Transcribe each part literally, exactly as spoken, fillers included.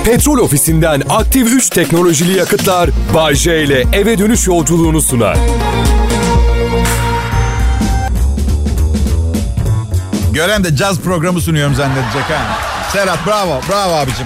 Petrol Ofisi'nden aktif üç teknolojili yakıtlar Bay J ile eve dönüş yolculuğunu sunar. Gören de caz programı sunuyorum zannedecek ha. Serhat bravo, bravo abicim.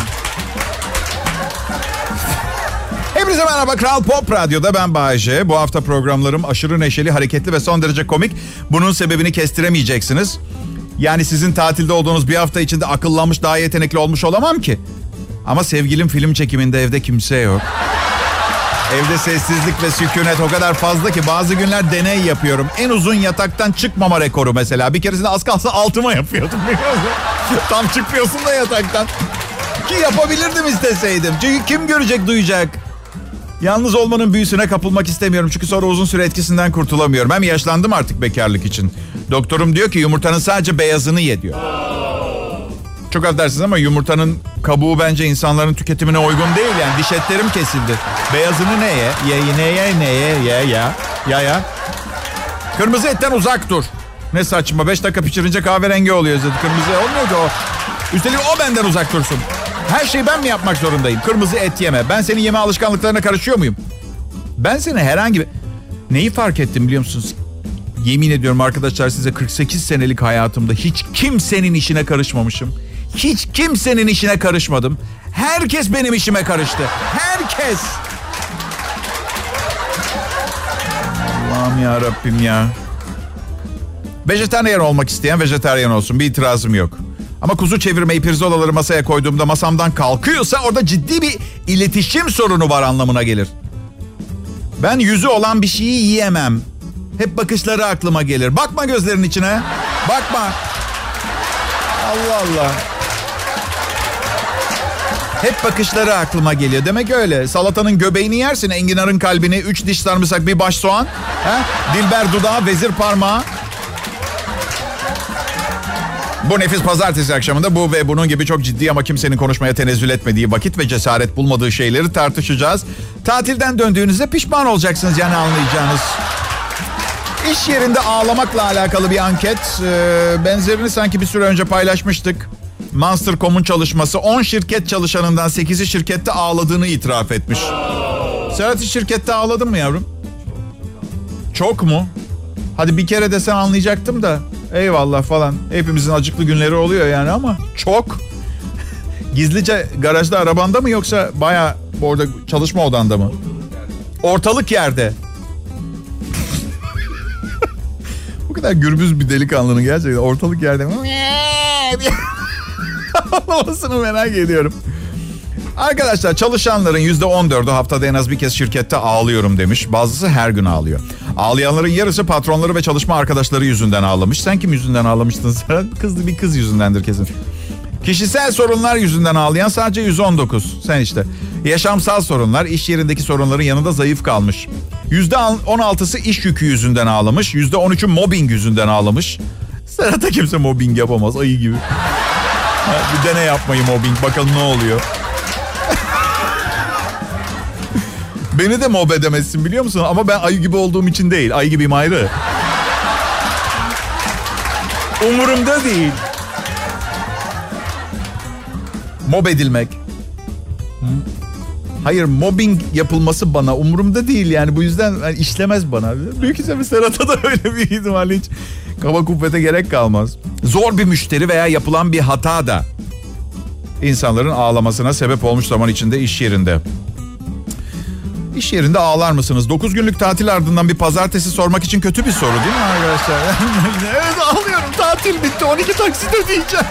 Hepinize merhaba, Kral Pop Radyo'da ben Bay J. Bu hafta programlarım aşırı neşeli, hareketli ve son derece komik. Bunun sebebini kestiremeyeceksiniz. Yani sizin tatilde olduğunuz bir hafta içinde akıllanmış, daha yetenekli olmuş olamam ki. Ama sevgilim film çekiminde, evde kimse yok. Evde sessizlik ve sükunet o kadar fazla ki bazı günler deney yapıyorum. En uzun yataktan çıkmama rekoru mesela. Bir keresinde az kalsa altıma yapıyordum. Tam çıkmıyorsun da yataktan. Ki yapabilirdim isteseydim. Çünkü kim görecek, duyacak. Yalnız olmanın büyüsüne kapılmak istemiyorum. Çünkü sonra uzun süre etkisinden kurtulamıyorum. Hem yaşlandım artık bekarlık için. Doktorum diyor ki yumurtanın sadece beyazını ye diyor. Çok affedersiniz ama yumurtanın kabuğu bence insanların tüketimine uygun değil yani. Diş etlerim kesildi. Beyazını ne ye? Ye, ne ye, ne ye, ye, ya. Ya, ya. Kırmızı etten uzak dur. Ne saçma. Beş dakika pişirince kahverengi oluyor zaten. Kırmızı olmuyor ki o. Üstelik o benden uzak dursun. Her şeyi ben mi yapmak zorundayım? Kırmızı et yeme. Ben senin yeme alışkanlıklarına karışıyor muyum? Ben seni herhangi bir... Neyi fark ettim biliyor musunuz? Yemin ediyorum arkadaşlar size kırk sekiz senelik hayatımda hiç kimsenin işine karışmamışım. Hiç kimsenin işine karışmadım. Herkes benim işime karıştı. Herkes. Allah'ım ya Rabbim ya. Vejetaryen olmak isteyen vejetaryen olsun. Bir itirazım yok. Ama kuzu çevirmeyi, pirzolaları masaya koyduğumda masamdan kalkıyorsa orada ciddi bir iletişim sorunu var anlamına gelir. Ben yüzü olan bir şeyi yiyemem. Hep bakışları aklıma gelir. Bakma gözlerinin içine. Bakma. Allah Allah. Hep bakışları aklıma geliyor. Demek öyle. Salatanın göbeğini yersin, enginarın kalbini, üç diş sarımsak, bir baş soğan. He? Dilber dudağı, vezir parmağı. Bu nefis pazartesi akşamında bu ve bunun gibi çok ciddi ama kimsenin konuşmaya tenezzül etmediği, vakit ve cesaret bulmadığı şeyleri tartışacağız. Tatilden döndüğünüzde pişman olacaksınız yani anlayacağınız. İş yerinde ağlamakla alakalı bir anket. Ee, benzerini sanki bir süre önce paylaşmıştık. Monster nokta com'un çalışması on şirket çalışanından sekizi şirkette ağladığını itiraf etmiş. Serhat hiç şirkette ağladın mı yavrum? Çok mu? Hadi bir kere desen anlayacaktım da. Eyvallah falan. Hepimizin acıklı günleri oluyor yani ama çok. Gizlice garajda arabanda mı yoksa bayağı orada çalışma odanda mı? Ortalık yerde. Bu kadar gürbüz bir delikanlının gerçekten ortalık yerde mi? Anlamasını merak ediyorum. Arkadaşlar çalışanların yüzde on dördü haftada en az bir kez şirkette ağlıyorum demiş. Bazısı her gün ağlıyor. Ağlayanların yarısı patronları ve çalışma arkadaşları yüzünden ağlamış. Sen kim yüzünden ağlamıştın sen? Kız, bir kız yüzündendir kesin. Kişisel sorunlar yüzünden ağlayan sadece yüz on dokuz. Sen işte. Yaşamsal sorunlar, iş yerindeki sorunların yanında zayıf kalmış. yüzde on altısı iş yükü yüzünden ağlamış. yüzde on üçü mobbing yüzünden ağlamış. Serhat'a kimse mobbing yapamaz, ayı gibi. Bir dene yapmayı mobbing, bakalım ne oluyor. Beni de mob edemezsin biliyor musun? Ama ben ayı gibi olduğum için değil. Ayı gibiyim ayrı. Umurumda değil. Mob edilmek. Hayır, mobbing yapılması bana umurumda değil yani. Bu yüzden yani işlemez bana. Büyük ihtimalle Serhat'a da öyle bir ihtimalle hiç kaba kuvvete gerek kalmaz. Zor bir müşteri veya yapılan bir hata da insanların ağlamasına sebep olmuş zaman içinde iş yerinde. İş yerinde ağlar mısınız? dokuz günlük tatil ardından bir pazartesi sormak için kötü bir soru değil mi arkadaşlar? Evet ağlıyorum. Tatil bitti. on iki taksit ödeyeceğim.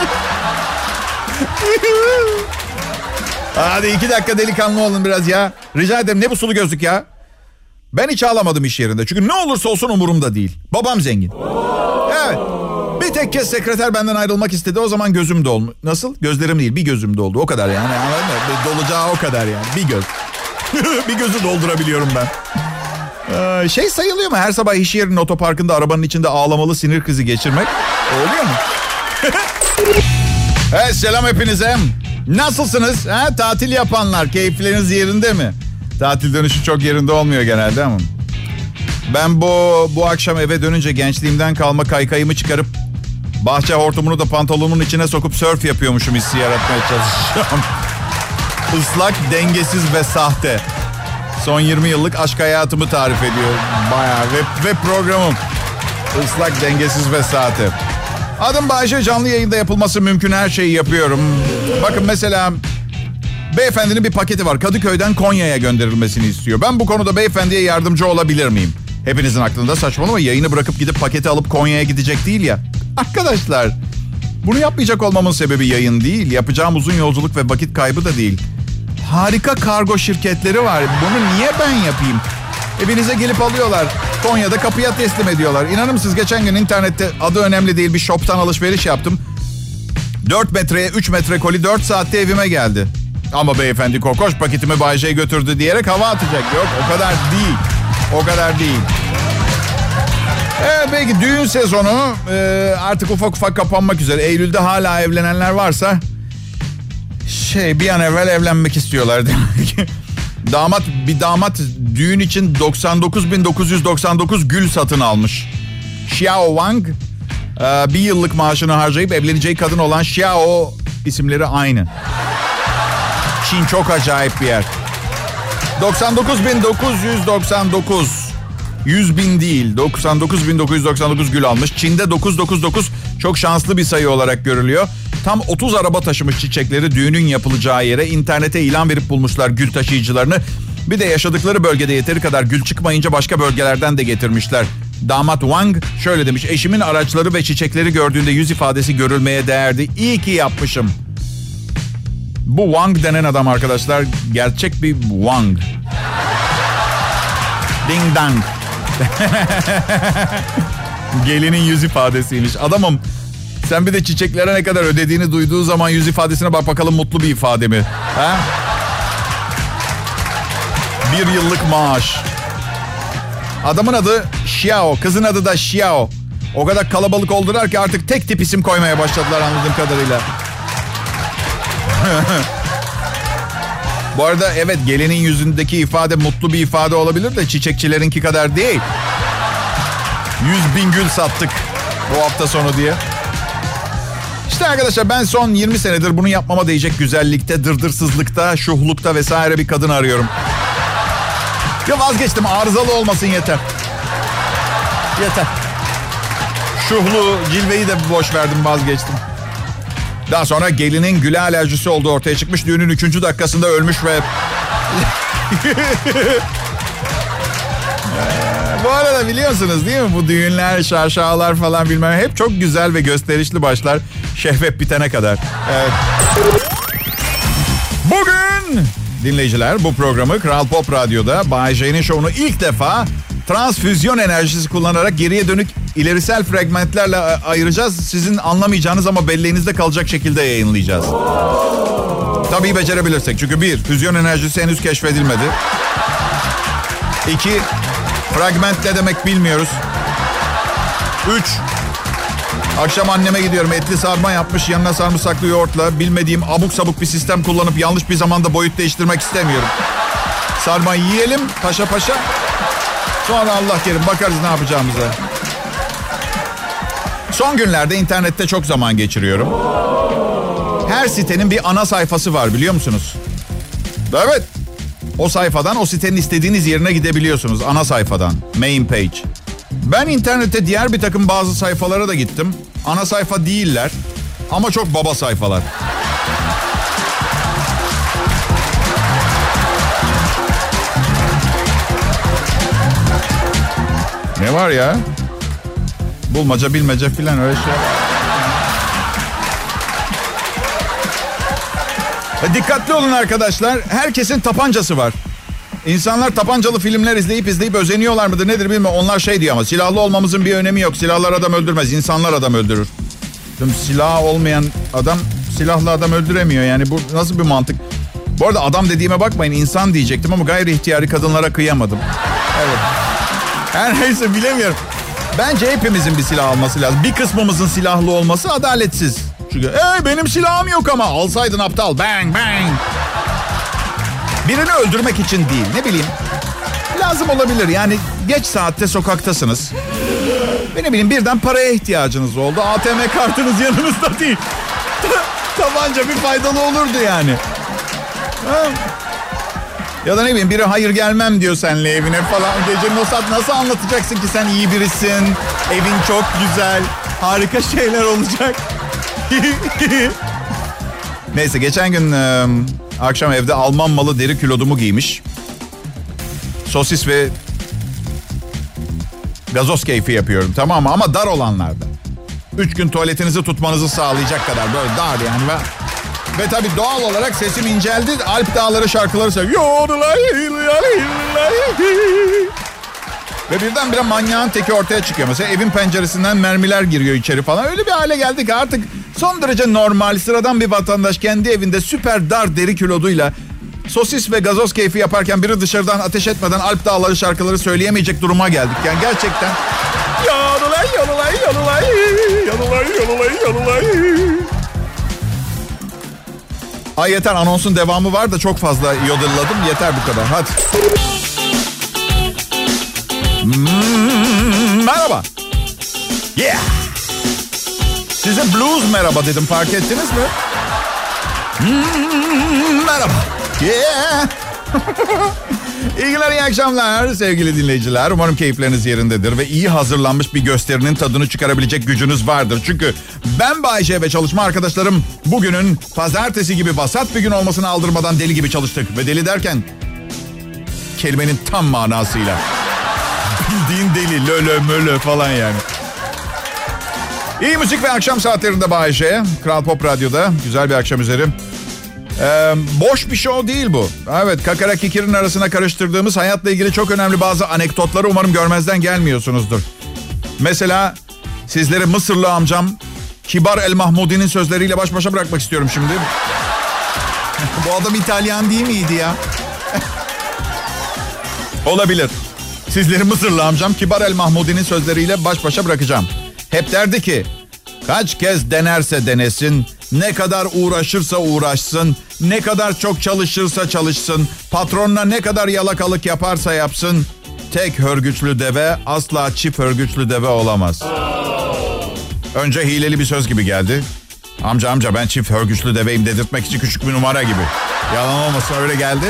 Hadi iki dakika delikanlı olun biraz ya. Rica ederim, ne bu sulu gözlük ya? Ben hiç ağlamadım iş yerinde. Çünkü ne olursa olsun umurumda değil. Babam zengin. Evet. Bir tek kez sekreter benden ayrılmak istedi. O zaman gözüm doldu. Nasıl? Gözlerim değil, bir gözüm doldu. O kadar yani. Dolacağı o kadar yani. Bir göz. Bir gözü doldurabiliyorum ben. Ee, şey sayılıyor mu? Her sabah iş yerinin otoparkında arabanın içinde ağlamalı sinir krizi geçirmek. Oluyor mu? Evet, selam hepinize. Nasılsınız? Ha? Tatil yapanlar, keyifleriniz yerinde mi? Tatil dönüşü çok yerinde olmuyor genelde ama. Ben bu bu akşam eve dönünce gençliğimden kalma kaykayımı çıkarıp bahçe hortumunu da pantolonumun içine sokup sörf yapıyormuşum hissi yaratmaya çalışacağım. Islak, dengesiz ve sahte. Son yirmi yıllık aşk hayatımı tarif ediyor. Bayağı ve, ve programım. Islak, dengesiz ve sahte. Adım Bayşe, canlı yayında yapılması mümkün her şeyi yapıyorum. Bakın mesela beyefendinin bir paketi var. Kadıköy'den Konya'ya gönderilmesini istiyor. Ben bu konuda beyefendiye yardımcı olabilir miyim? Hepinizin aklında saçmalama, yayını bırakıp gidip paketi alıp Konya'ya gidecek değil ya. Arkadaşlar, bunu yapmayacak olmamın sebebi yayın değil. Yapacağım uzun yolculuk ve vakit kaybı da değil. Harika kargo şirketleri var. Bunu niye ben yapayım? Evinize gelip alıyorlar. Konya'da kapıya teslim ediyorlar. İnanır mısınız, geçen gün internette adı önemli değil bir shop'tan alışveriş yaptım. dört metreye üç metre koli dört saatte evime geldi. Ama beyefendi kokoş paketimi Bayce'ye götürdü diyerek hava atacak. Yok, o kadar değil. O kadar değil. Evet, belki düğün sezonu e, artık ufak ufak kapanmak üzere. Eylül'de hala evlenenler varsa şey bir an evvel evlenmek istiyorlar demek ki. Damat, bir damat düğün için doksan dokuz bin dokuz yüz doksan dokuz gül satın almış. Xiao Wang e, bir yıllık maaşını harcayıp evleneceği kadın olan Xiao, isimleri aynı. Çin çok acayip bir yer. doksan dokuz bin dokuz yüz doksan dokuz. yüz bin değil, doksan dokuz bin dokuz yüz doksan dokuz gül almış. Çin'de dokuz yüz doksan dokuz çok şanslı bir sayı olarak görülüyor. Tam otuz araba taşımış çiçekleri düğünün yapılacağı yere. İnternete ilan verip bulmuşlar gül taşıyıcılarını. Bir de yaşadıkları bölgede yeteri kadar gül çıkmayınca başka bölgelerden de getirmişler. Damat Wang şöyle demiş: eşimin araçları ve çiçekleri gördüğünde yüz ifadesi görülmeye değerdi. İyi ki yapmışım. Bu Wang denen adam arkadaşlar gerçek bir Wang. Ding dang. Gelinin yüz ifadesiymiş. Adamım, sen bir de çiçeklere ne kadar ödediğini duyduğu zaman yüz ifadesine bak bakalım, mutlu bir ifade mi? Ha? Bir yıllık maaş. Adamın adı Xiao, kızın adı da Xiao. O kadar kalabalık oldular ki artık tek tip isim koymaya başladılar anladığım kadarıyla. Bu arada evet, gelinin yüzündeki ifade mutlu bir ifade olabilir de çiçekçilerinki kadar değil. yüz bin gül sattık bu hafta sonu diye. İşte arkadaşlar, ben son yirmi senedir bunu yapmama değecek güzellikte, dırdırsızlıkta, şuhlukta vesaire bir kadın arıyorum. Ya vazgeçtim, arızalı olmasın yeter. Yeter. Şuhlu, cilveyi de boş verdim, vazgeçtim. Daha sonra gelinin güle alerjisi olduğu ortaya çıkmış. Düğünün üçüncü dakikasında ölmüş ve... Bu arada biliyorsunuz değil mi? Bu düğünler, şaşalar falan bilmem hep çok güzel ve gösterişli başlar. Şehvet bitene kadar. Evet. Bugün dinleyiciler, bu programı Kral Pop Radyo'da Bay J'nin şovunu ilk defa transfüzyon enerjisi kullanarak geriye dönük ilerisel fragmentlerle ayıracağız. Sizin anlamayacağınız ama belleğinizde kalacak şekilde yayınlayacağız. Tabii becerebilirsek. Çünkü bir, füzyon enerjisi henüz keşfedilmedi. İki, fragment ne demek bilmiyoruz. Üç, akşam anneme gidiyorum. Etli sarma yapmış, yanına sarımsaklı yoğurtla. Bilmediğim abuk sabuk bir sistem kullanıp yanlış bir zamanda boyut değiştirmek istemiyorum. Sarmayı yiyelim paşa paşa. Sonra Allah kerim bakarız ne yapacağımıza. Son günlerde internette çok zaman geçiriyorum. Her sitenin bir ana sayfası var, biliyor musunuz? Evet. O sayfadan o sitenin istediğiniz yerine gidebiliyorsunuz. Ana sayfadan. Main page. Ben internette diğer bir takım bazı sayfalara da gittim. Ana sayfa değiller. Ama çok baba sayfalar. Ne var ya? Bulmaca bilmece filan öyle şey. E, dikkatli olun arkadaşlar. Herkesin tabancası var. İnsanlar tabancalı filmler izleyip izleyip özeniyorlar mıdır nedir bilmiyorum. Onlar şey diyor ama silahlı olmamızın bir önemi yok. Silahlar adam öldürmez, insanlar adam öldürür. Şimdi silah olmayan adam silahlı adam öldüremiyor. Yani bu nasıl bir mantık? Bu arada adam dediğime bakmayın, insan diyecektim ama gayri ihtiyari kadınlara kıyamadım. Evet. Her neyse, bilemiyorum. Bence hepimizin bir silah alması lazım. Bir kısmımızın silahlı olması adaletsiz. Çünkü hey, benim silahım yok ama alsaydın aptal. Bang bang. Birini öldürmek için değil, ne bileyim. Lazım olabilir. Yani geç saatte sokaktasınız. Ve ne bileyim birden paraya ihtiyacınız oldu. A T M kartınız yanınızda değil. Tabanca bir faydalı olurdu yani. Ha. Ya da ne bileyim biri hayır gelmem diyor seninle evine falan. Gecenin o saat nasıl anlatacaksın ki sen iyi birisin. Evin çok güzel. Harika şeyler olacak. Neyse geçen gün e, akşam evde Alman malı deri külodumu giymiş. Sosis ve gazoz keyfi yapıyorum, tamam mı? Ama dar olanlarda. Üç gün tuvaletinizi tutmanızı sağlayacak kadar böyle dar yani. Ve, ve tabii doğal olarak sesim inceldi. Alp Dağları şarkıları söylüyor. Ve birdenbire manyağın teki ortaya çıkıyor. Mesela evin penceresinden mermiler giriyor içeri falan. Öyle bir hale geldik artık son derece normal, sıradan bir vatandaş kendi evinde süper dar deri kiloduyla sosis ve gazoz keyfi yaparken biri dışarıdan ateş etmeden Alp Dağları şarkıları söyleyemeyecek duruma geldik. Yani gerçekten yanılay yanılay yanılay yanılay yanılay yanılay. Ay yeter, anonsun devamı var da çok fazla yodelladım. Yeter bu kadar, hadi. Hmm, merhaba. Yeah. Size blues merhaba dedim, fark ettiniz mi? Hmm, merhaba. Yeah. İyi günler, iyi akşamlar sevgili dinleyiciler. Umarım keyifleriniz yerindedir ve iyi hazırlanmış bir gösterinin tadını çıkarabilecek gücünüz vardır. Çünkü ben Bay J ve çalışma arkadaşlarım bugünün pazartesi gibi vasat bir gün olmasını aldırmadan deli gibi çalıştık. Ve deli derken kelimenin tam manasıyla. Bildiğin deli, lölö mölö falan yani. İyi müzik ve akşam saatlerinde Bay J. Kral Pop Radyo'da güzel bir akşam üzeri. Ee, boş bir show değil bu. Evet, kakara kikirin arasına karıştırdığımız hayatla ilgili çok önemli bazı anekdotları umarım görmezden gelmiyorsunuzdur. Mesela sizleri Mısırlı amcam Kibar El Mahmudi'nin sözleriyle baş başa bırakmak istiyorum şimdi. Bu adam İtalyan değil miydi ya? Olabilir. Sizleri Mısırlı amcam Kibar El Mahmudi'nin sözleriyle baş başa bırakacağım. Hep derdi ki, kaç kez denerse denesin, ne kadar uğraşırsa uğraşsın, ne kadar çok çalışırsa çalışsın, patronuna ne kadar yalakalık yaparsa yapsın, tek hörgüçlü deve asla çift hörgüçlü deve olamaz. Önce hileli bir söz gibi geldi. Amca amca ben çift hörgüçlü deveyim dedirtmek için küçük bir numara gibi. Yalan olmasın, öyle geldi.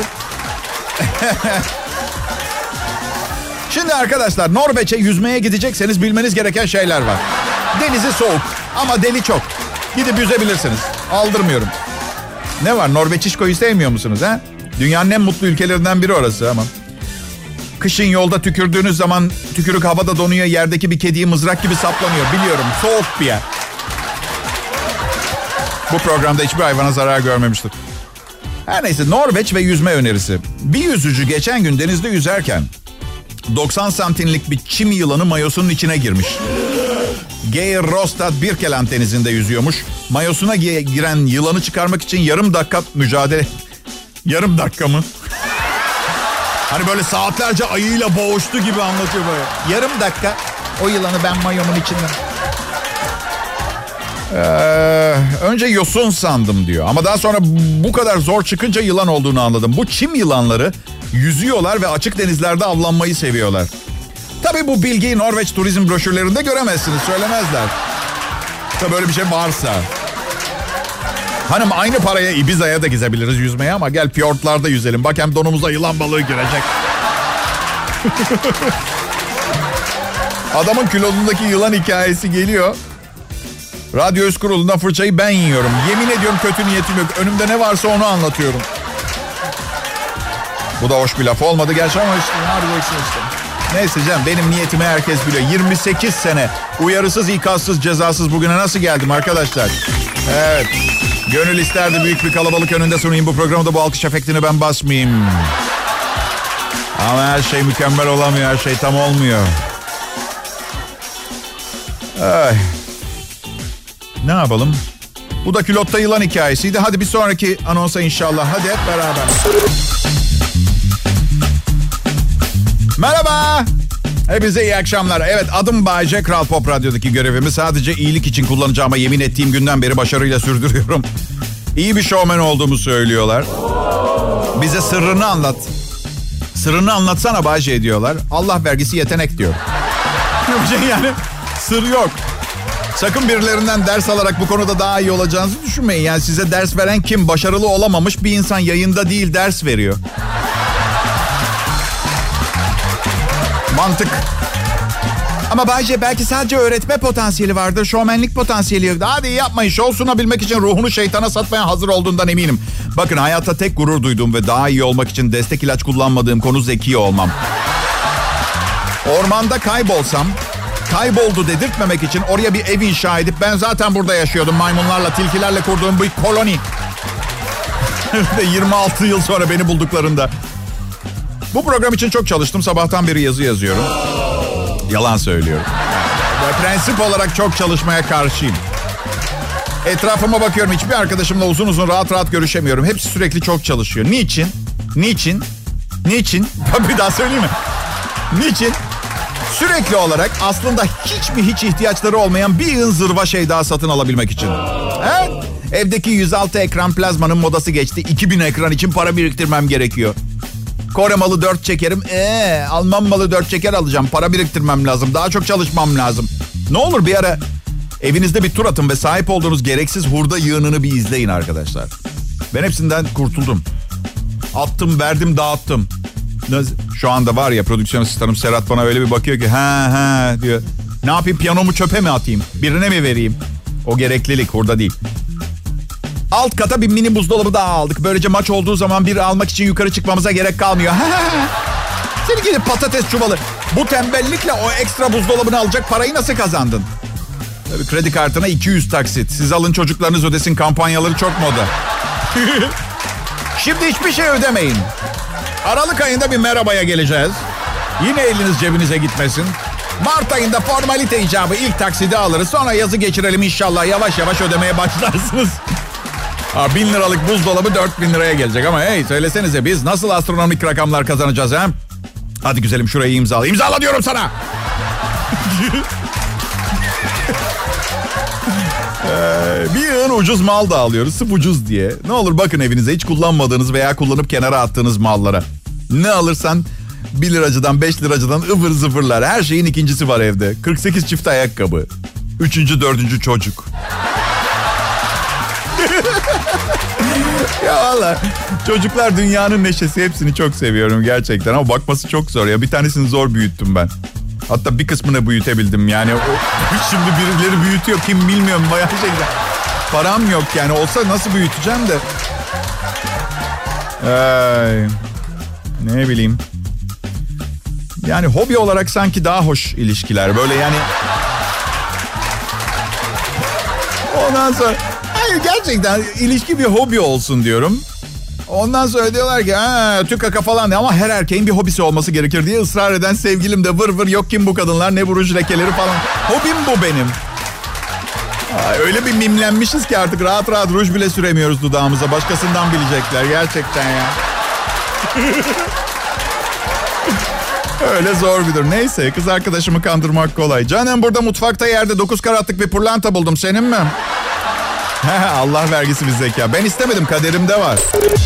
Şimdi arkadaşlar, Norveç'e yüzmeye gidecekseniz bilmeniz gereken şeyler var. Denizi soğuk ama deli çok. Gidip yüzebilirsiniz. Aldırmıyorum. Ne var, Norveçişko'yu sevmiyor musunuz ha? Dünyanın en mutlu ülkelerinden biri orası ama. Kışın yolda tükürdüğünüz zaman tükürük havada donuyor, yerdeki bir kediyi mızrak gibi saplanıyor. Biliyorum, soğuk bir yer. Bu programda hiçbir hayvana zarar görmemiştir. Her neyse, Norveç ve yüzme önerisi. Bir yüzücü geçen gün denizde yüzerken doksan santimlik bir çim yılanı mayosunun içine girmiş. Geirrostad Birkeland denizinde yüzüyormuş. Mayosuna giren yılanı çıkarmak için yarım dakika mücadele... Yarım dakika mı? Hani böyle saatlerce ayıyla boğuştu gibi anlatıyor böyle. Yarım dakika o yılanı ben mayomun içinden... Ee, önce yosun sandım diyor. Ama daha sonra bu kadar zor çıkınca yılan olduğunu anladım. Bu çim yılanları yüzüyorlar ve açık denizlerde avlanmayı seviyorlar. Tabii bu bilgiyi Norveç turizm broşürlerinde göremezsiniz, söylemezler. Tabii böyle bir şey varsa. Hanım, aynı paraya Ibiza'ya da gidebiliriz yüzmeye ama gel fiyortlarda yüzelim. Bak hem donumuza yılan balığı girecek. Adamın kilodundaki yılan hikayesi geliyor. Radyo üst kurulunda fırçayı ben yiyorum. Yemin ediyorum kötü niyetim yok. Önümde ne varsa onu anlatıyorum. Bu da hoş bir laf olmadı gerçi ama işte ne yapacaksın işte. Neyse canım, benim niyetimi herkes biliyor. yirmi sekiz sene uyarısız, ikazsız, cezasız bugüne nasıl geldim arkadaşlar? Evet. Gönül isterdi büyük bir kalabalık önünde sunayım bu programda, bu alkış efektini ben basmayayım. Ama her şey mükemmel olamıyor. Her şey tam olmuyor. Ay. Ne yapalım? Bu da külotta yılan hikayesiydi. Hadi bir sonraki anonsa inşallah. Hadi hep beraber. Merhaba. Hepinize iyi akşamlar. Evet, adım Bay J. Kral Pop Radyo'daki görevimi sadece iyilik için kullanacağıma yemin ettiğim günden beri başarıyla sürdürüyorum. İyi bir şovmen olduğumu söylüyorlar. Bize sırrını anlat. Sırrını anlatsana Bay J diyorlar. Allah vergisi yetenek diyor. Ne yapacaksın yani? Sır yok. Sakın birilerinden ders alarak bu konuda daha iyi olacağınızı düşünmeyin. Yani size ders veren kim? Başarılı olamamış bir insan yayında değil ders veriyor. Mantık. Ama Bayce belki sadece öğretme potansiyeli vardır. Şovmenlik potansiyeli yok. Hadi yapmayın. Şov sunabilmek için ruhunu şeytana satmaya hazır olduğundan eminim. Bakın hayatta tek gurur duyduğum ve daha iyi olmak için destek ilaç kullanmadığım konu zeki olmam. Ormanda kaybolsam, kayboldu dedirtmemek için oraya bir ev inşa edip ben zaten burada yaşıyordum maymunlarla, tilkilerle kurduğum bir koloni. Ve yirmi altı yıl sonra beni bulduklarında. Bu program için çok çalıştım. Sabahtan beri yazı yazıyorum. Yalan söylüyorum. Yani, prensip olarak çok çalışmaya karşıyım. Etrafıma bakıyorum. Hiçbir arkadaşımla uzun uzun rahat rahat görüşemiyorum. Hepsi sürekli çok çalışıyor. Niçin? Niçin? Niçin? Bir daha söyleyeyim mi? Niçin? Sürekli olarak aslında hiç mi hiç ihtiyaçları olmayan bir yığın zırva şey daha satın alabilmek için. Evet. Evdeki yüz altı ekran plazmanın modası geçti. iki bin ekran için para biriktirmem gerekiyor. Kore malı dört çekerim. Ee, Alman malı dört çeker alacağım. Para biriktirmem lazım. Daha çok çalışmam lazım. Ne olur bir ara evinizde bir tur atın ve sahip olduğunuz gereksiz hurda yığınını bir izleyin arkadaşlar. Ben hepsinden kurtuldum. Attım, verdim, dağıttım. Şu anda var ya prodüksiyon asistanım Serhat bana öyle bir bakıyor ki ha ha diyor. Ne yapayım, piyanomu çöpe mi atayım? Birine mi vereyim? O gereklilik hurda değil. Alt kata bir mini buzdolabı daha aldık. Böylece maç olduğu zaman biri almak için yukarı çıkmamıza gerek kalmıyor. Seni gidip patates çuvalı. Bu tembellikle o ekstra buzdolabını alacak parayı nasıl kazandın? Tabii kredi kartına iki yüz taksit. Siz alın çocuklarınız ödesin kampanyaları çok moda. Şimdi hiçbir şey ödemeyin. Aralık ayında bir merhabaya geleceğiz. Yine eliniz cebinize gitmesin. Mart ayında formalite icabı ilk taksidi alırız. Sonra yazı geçirelim inşallah. Yavaş yavaş ödemeye başlarsınız. Ha, bin liralık buzdolabı dört bin liraya gelecek. Ama hey söylesenize biz nasıl astronomik rakamlar kazanacağız ha? Hadi güzelim şurayı imzala. İmzala diyorum sana. ee, bir yığın ucuz mal da alıyoruz. Sırf ucuz diye. Ne olur bakın evinize hiç kullanmadığınız veya kullanıp kenara attığınız mallara. Ne alırsan bir liracıdan beş liracıdan ıvır zıvırlar. Her şeyin ikincisi var evde. kırk sekiz çift ayakkabı. Üçüncü dördüncü çocuk. Ya valla çocuklar dünyanın neşesi, hepsini çok seviyorum gerçekten ama bakması çok zor ya. Bir tanesini zor büyüttüm ben. Hatta bir kısmını büyütebildim yani. O, şimdi birileri büyütüyor kim bilmiyorum bayağı şeyler. Param yok yani, olsa nasıl büyüteceğim de. Ay, ne bileyim. Yani hobi olarak sanki daha hoş ilişkiler böyle yani. Ondan sonra hayır gerçekten ilişki bir hobi olsun diyorum. Ondan sonra diyorlar ki ha, tükaka falan ama her erkeğin bir hobisi olması gerekir diye ısrar eden sevgilim de vır vır yok kim bu kadınlar ne bu ruj lekeleri falan. Hobim bu benim. Aa, öyle bir mimlenmişiz ki artık rahat rahat ruj bile süremiyoruz dudağımıza. Başkasından bilecekler gerçekten ya. Öyle zor bir durum. Neyse kız arkadaşımı kandırmak kolay. Canım burada mutfakta yerde dokuz karatlık bir pırlanta buldum. Senin mi? Allah vergisi bir zeka. Ben istemedim, kaderimde var.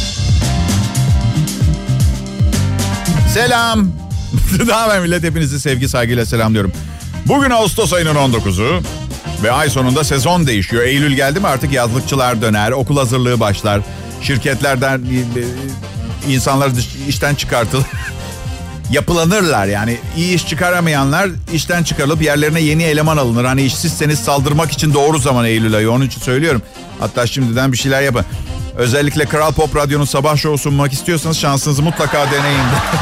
Selam. Daha ben millet, hepinizi sevgi saygıyla selamlıyorum. Bugün Ağustos ayının on dokuzu ve ay sonunda sezon değişiyor. Eylül geldi mi artık yazlıkçılar döner, okul hazırlığı başlar. Şirketlerden insanlar işten çıkartılır. Yapılanırlar yani. İyi iş çıkaramayanlar işten çıkarılıp yerlerine yeni eleman alınır. Hani işsizseniz saldırmak için doğru zaman Eylül ayı. Onun için söylüyorum. Hatta şimdiden bir şeyler yapın. Özellikle Kral Pop Radyo'nun sabah şovu sunmak istiyorsanız şansınızı mutlaka deneyin.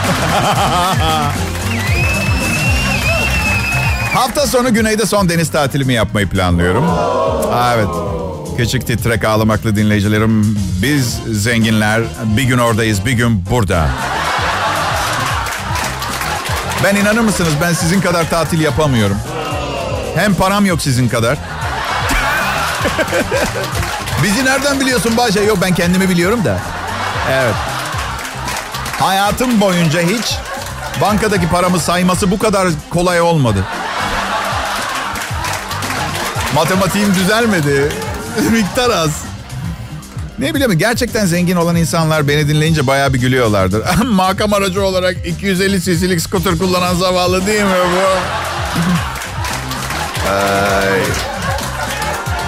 Hafta sonu güneyde son deniz tatilimi yapmayı planlıyorum. Aa, evet. Küçük titrek ağlamaklı dinleyicilerim. Biz zenginler bir gün oradayız, bir gün burada. Ben inanır mısınız ben sizin kadar tatil yapamıyorum. Hem param yok sizin kadar. Bizi nereden biliyorsun Bahçe? Yok ben kendimi biliyorum da. Evet. Hayatım boyunca hiç bankadaki paramı sayması bu kadar kolay olmadı. Matematiğim düzelmedi. Miktar az. Ne bileyim gerçekten zengin olan insanlar beni dinleyince bayağı bir gülüyorlardır. Makam aracı olarak iki yüz elli cc'lik scooter kullanan zavallı değil mi bu? Ay.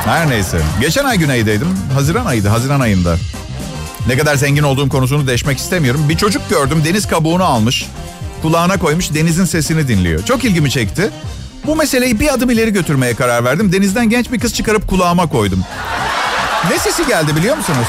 Her neyse. Geçen ay güneydeydim. Haziran ayıydı. Haziran ayında. Ne kadar zengin olduğum konusunu deşmek istemiyorum. Bir çocuk gördüm. Deniz kabuğunu almış. Kulağına koymuş. Denizin sesini dinliyor. Çok ilgimi çekti. Bu meseleyi bir adım ileri götürmeye karar verdim. Denizden genç bir kız çıkarıp kulağıma koydum. Ne sesi geldi biliyor musunuz?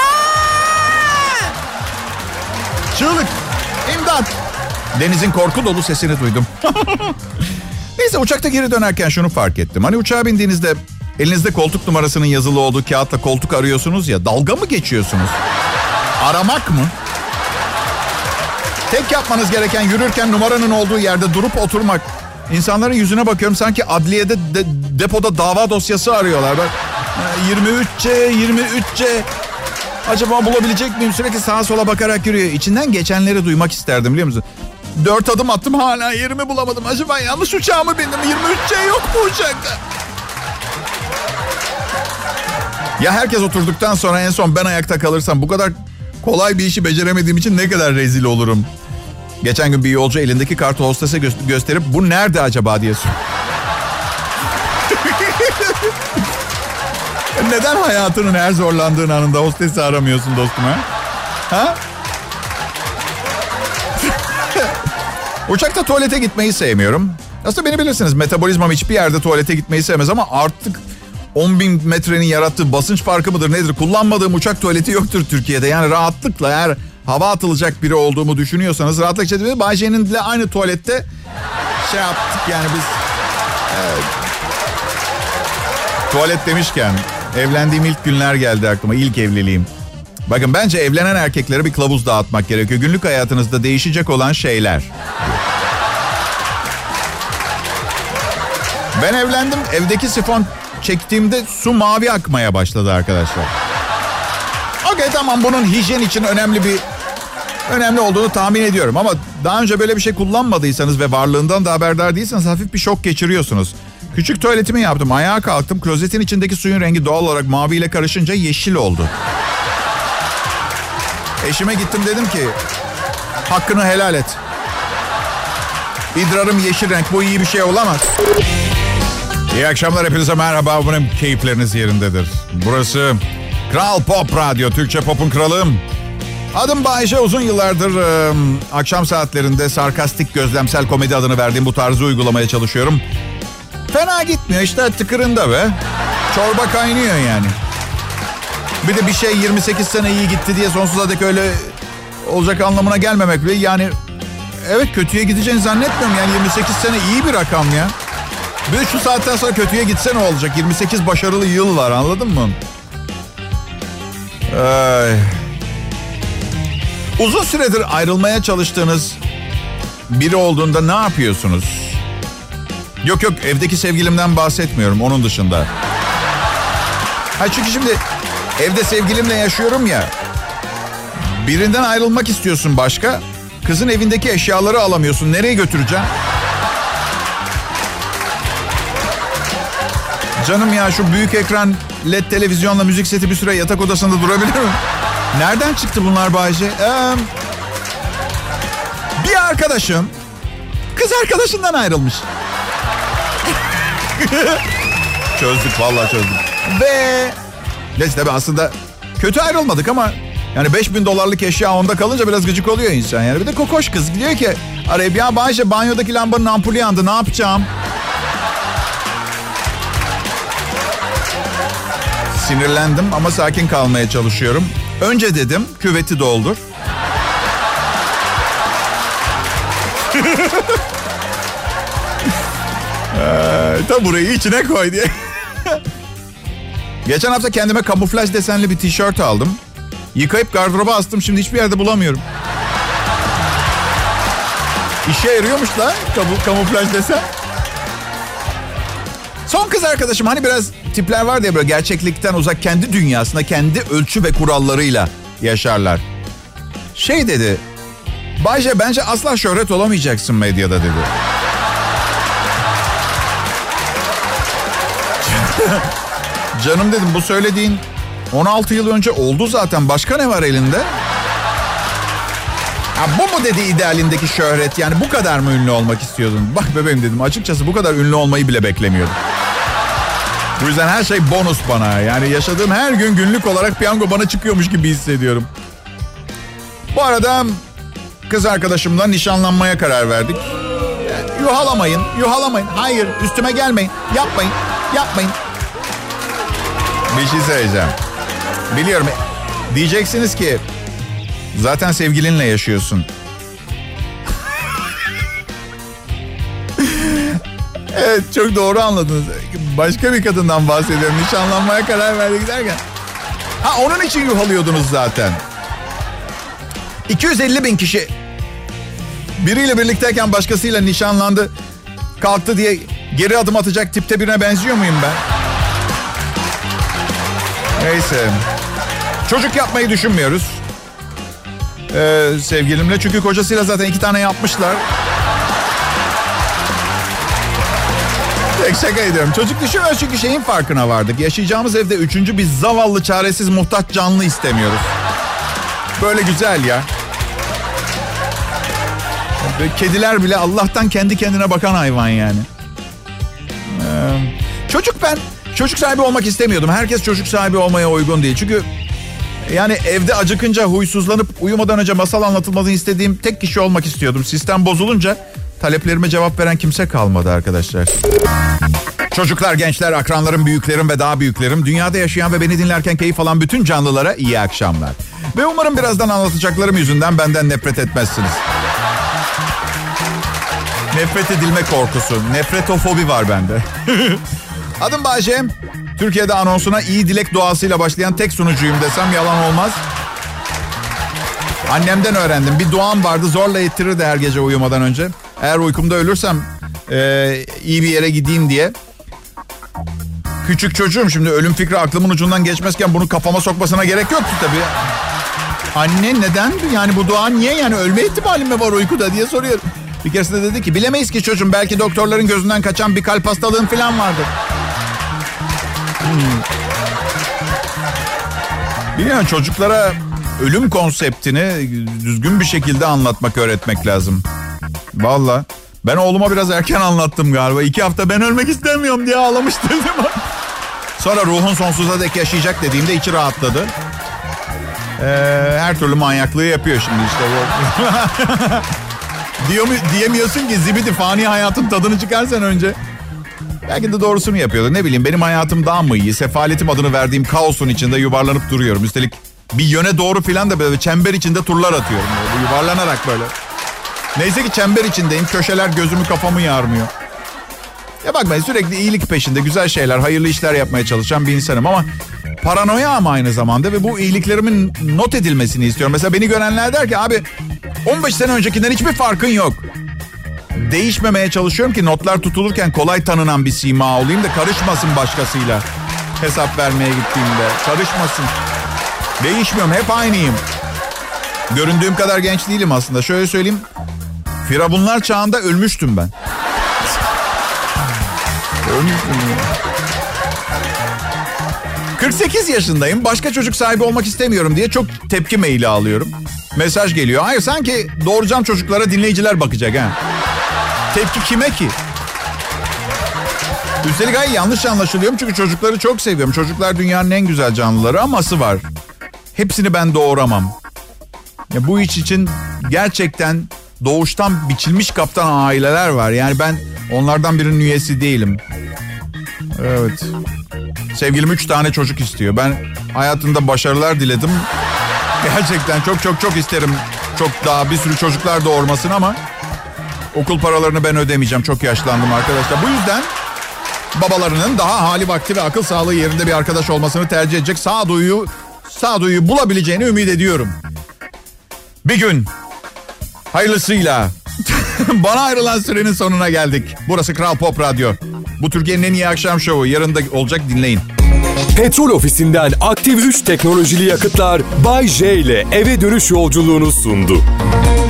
Çığlık. İmdat. Denizin korku dolu sesini duydum. Neyse, uçakta geri dönerken şunu fark ettim. Hani uçağa bindiğinizde elinizde koltuk numarasının yazılı olduğu kağıtla koltuk arıyorsunuz ya. Dalga mı geçiyorsunuz? Aramak mı? Tek yapmanız gereken yürürken numaranın olduğu yerde durup oturmak. İnsanların yüzüne bakıyorum, sanki adliyede de, depoda dava dosyası arıyorlar. Bak, yirmi üç C, yirmi üç C. Acaba bulabilecek miyim? Sürekli sağa sola bakarak yürüyor. İçinden geçenleri duymak isterdim, biliyor musun? Dört adım attım, hala yerimi bulamadım. Acaba yanlış uçağa mı bindim? yirmi üç C yok mu uçakta? Ya herkes oturduktan sonra en son ben ayakta kalırsam, bu kadar kolay bir işi beceremediğim için ne kadar rezil olurum. Geçen gün bir yolcu elindeki kartı hostese gö- gösterip bu nerede acaba diye soruyor. Neden hayatının her zorlandığın anında hostesi aramıyorsun dostum ha? Ha? Uçakta tuvalete gitmeyi sevmiyorum. Aslında beni bilirsiniz, metabolizmam hiçbir yerde tuvalete gitmeyi sevmez ama artık on bin metrenin yarattığı basınç farkı mıdır nedir? Kullanmadığım uçak tuvaleti yoktur Türkiye'de. Yani rahatlıkla, eğer hava atılacak biri olduğumu düşünüyorsanız rahatlıkla Bay J'ninle aynı tuvalette şey yaptık yani biz. Evet. Tuvalet demişken evlendiğim ilk günler geldi aklıma, ilk evliliğim. Bakın, bence evlenen erkeklere bir kılavuz dağıtmak gerekiyor. Günlük hayatınızda değişecek olan şeyler. Ben evlendim, evdeki sifon çektiğimde su mavi akmaya başladı arkadaşlar. Okey, tamam, bunun hijyen için önemli bir önemli olduğunu tahmin ediyorum ama daha önce böyle bir şey kullanmadıysanız ve varlığından da haberdar değilseniz hafif bir şok geçiriyorsunuz. Küçük tuvaletimi yaptım, ayağa kalktım, klozetin içindeki suyun rengi doğal olarak maviyle karışınca yeşil oldu. Eşime gittim, dedim ki hakkını helal et. İdrarım yeşil renk, bu iyi bir şey olamaz. İyi akşamlar, hepinize merhaba. Umarım keyifleriniz yerindedir. Burası Kral Pop Radyo, Türkçe Pop'un kralı. Adım Bayşe, uzun yıllardır e, akşam saatlerinde sarkastik gözlemsel komedi adını verdiğim bu tarzı uygulamaya çalışıyorum. Fena gitmiyor işte, tıkırında be. Çorba kaynıyor yani. Bir de bir şey yirmi sekiz sene iyi gitti diye sonsuza dek öyle olacak anlamına gelmemek bile. Yani evet, kötüye gideceğini zannetmiyorum. Yani yirmi sekiz sene iyi bir rakam ya. Bir de şu saatten sonra kötüye gitse ne olacak? yirmi sekiz başarılı yıl var, anladın mı? Ay. Uzun süredir ayrılmaya çalıştığınız biri olduğunda ne yapıyorsunuz? Yok yok, evdeki sevgilimden bahsetmiyorum, onun dışında. Ha, çünkü şimdi evde sevgilimle yaşıyorum ya. Birinden ayrılmak istiyorsun başka. Kızın evindeki eşyaları alamıyorsun. Nereye götüreceksin? Canım ya, şu büyük ekran led televizyonla müzik seti bir süre yatak odasında durabilir mi? Nereden çıktı bunlar Bayce? Ee, bir arkadaşım kız arkadaşından ayrılmış. Çözdük, vallahi çözdük. Ve neyse, tabii aslında kötü ayrılmadık ama yani beş bin dolarlık eşya onda kalınca biraz gıcık oluyor insan yani. Bir de kokoş kız diyor ki araya, ya Bayce, banyodaki lambanın ampulü yandı, ne yapacağım? Sinirlendim ama sakin kalmaya çalışıyorum. Önce dedim küveti doldur. ee, tam burayı içine koy diye. Geçen hafta kendime kamuflaj desenli bir tişört aldım. Yıkayıp gardıroba astım, şimdi hiçbir yerde bulamıyorum. İşe yarıyormuş lan kamuflaj desen. Son kız arkadaşım, hani biraz tipler var diye böyle gerçeklikten uzak, kendi dünyasında kendi ölçü ve kurallarıyla yaşarlar. Şey dedi, Bayce, bence asla şöhret olamayacaksın medyada dedi. Canım dedim, bu söylediğin on altı yıl önce oldu zaten, başka ne var elinde? Ha, bu mu dedi idealindeki şöhret, yani bu kadar mı ünlü olmak istiyordun? Bak bebeğim dedim, açıkçası bu kadar ünlü olmayı bile beklemiyordum. Bu yüzden her şey bonus bana. Yani yaşadığım her gün günlük olarak piyango bana çıkıyormuş gibi hissediyorum. Bu arada kız arkadaşımla nişanlanmaya karar verdik. Yani yuhalamayın, yuhalamayın. Hayır, üstüme gelmeyin. Yapmayın, yapmayın. Bir şey söyleyeceğim. Biliyorum. Diyeceksiniz ki zaten sevgilinle yaşıyorsun. Evet, çok doğru anladınız. Başka bir kadından bahsediyorum. Nişanlanmaya karar verdik derken. Ha, onun için yuhalıyordunuz zaten. iki yüz elli bin kişi biriyle birlikteyken başkasıyla nişanlandı, kalktı diye geri adım atacak tipte birine benziyor muyum ben? Neyse. Çocuk yapmayı düşünmüyoruz. Ee, sevgilimle. Çünkü kocasıyla zaten iki tane yapmışlar. Tek şaka ediyorum. Çocuk düşünmüyoruz çünkü şeyin farkına vardık. Yaşayacağımız evde üçüncü bir zavallı, çaresiz, muhtaç canlı istemiyoruz. Böyle güzel ya. Ve kediler bile Allah'tan kendi kendine bakan hayvan yani. Ee, çocuk ben çocuk sahibi olmak istemiyordum. Herkes çocuk sahibi olmaya uygun değil. Çünkü yani evde acıkınca huysuzlanıp uyumadan önce masal anlatılmasını istediğim tek kişi olmak istiyordum. Sistem bozulunca taleplerime cevap veren kimse kalmadı arkadaşlar. Çocuklar, gençler, akranlarım, büyüklerim ve daha büyüklerim, dünyada yaşayan ve beni dinlerken keyif alan bütün canlılara iyi akşamlar. Ve umarım birazdan anlatacaklarım yüzünden benden nefret etmezsiniz. Nefret edilme korkusu, nefretofobi var bende. Adım Bayce. Türkiye'de anonsuna iyi dilek duasıyla başlayan tek sunucuyum desem yalan olmaz. Annemden öğrendim. Bir duam vardı, zorla ettirirdi her gece uyumadan önce. Eğer uykumda ölürsem e, iyi bir yere gideyim diye. Küçük çocuğum, şimdi ölüm fikri aklımın ucundan geçmezken bunu kafama sokmasına gerek yoktu tabii. Anne neden? Yani bu dua niye, yani ölme ihtimalim mi var uykuda diye soruyor. Bir keresinde dedi ki bilemeyiz ki çocuğum, belki doktorların gözünden kaçan bir kalp hastalığın falan vardır. Hmm. Bilmiyorum, çocuklara ölüm konseptini düzgün bir şekilde anlatmak, öğretmek lazım. Vallahi ben oğluma biraz erken anlattım galiba. İki hafta ben ölmek istemiyorum diye ağlamıştı. Sonra ruhun sonsuza dek yaşayacak dediğimde içi rahatladı. Ee, her türlü manyaklığı yapıyor şimdi işte bu. Diyor, diyemiyorsun ki zibidi, fani hayatın tadını çıkarsan önce. Belki de doğrusunu yapıyordu. Ne bileyim, benim hayatım daha mı iyi? Sefaletim adını verdiğim kaosun içinde yuvarlanıp duruyorum. Üstelik bir yöne doğru filan da böyle çember içinde turlar atıyorum. Böyle yuvarlanarak böyle. Neyse ki çember içindeyim. Köşeler gözümü kafamı yarmıyor. Ya bak, ben sürekli iyilik peşinde, güzel şeyler, hayırlı işler yapmaya çalışan bir insanım ama paranoya ama aynı zamanda ve bu iyiliklerimin not edilmesini istiyorum. Mesela beni görenler der ki abi on beş sene öncekinden hiçbir farkın yok. Değişmemeye çalışıyorum ki notlar tutulurken kolay tanınan bir sima olayım da karışmasın başkasıyla. Hesap vermeye gittiğimde karışmasın. Değişmiyorum, hep aynıyım. Göründüğüm kadar genç değilim aslında. Şöyle söyleyeyim, Firavunlar çağında ölmüştüm ben. Ölmüştüm ya. kırk sekiz yaşındayım. Başka çocuk sahibi olmak istemiyorum diye çok tepki maili alıyorum. Mesaj geliyor. Hayır, sanki doğuracağım çocuklara dinleyiciler bakacak ha. Tepki kime ki? Üstelik hayır, yanlış anlaşılıyorum çünkü çocukları çok seviyorum. Çocuklar dünyanın en güzel canlıları, aması var. Hepsini ben doğuramam. Ya bu iş için gerçekten doğuştan biçilmiş kaptan aileler var. Yani ben onlardan birinin üyesi değilim. Evet. Sevgilim üç tane çocuk istiyor. Ben hayatında başarılar diledim. Gerçekten çok çok çok isterim. Çok daha bir sürü çocuklar doğurmasın ama okul paralarını ben ödemeyeceğim. Çok yaşlandım arkadaşlar. Bu yüzden babalarının daha hali vakti ve akıl sağlığı yerinde bir arkadaş olmasını tercih edecek sağduyu, sağduyu bulabileceğini ümit ediyorum. Bir gün hayırlısıyla bana ayrılan sürenin sonuna geldik. Burası Kral Pop Radyo. Bu Türkiye'nin en iyi akşam şovu. Yarın da olacak, dinleyin. Petrol Ofisi'nden aktif üç teknolojili yakıtlar Bay J ile eve dönüş yolculuğunu sundu.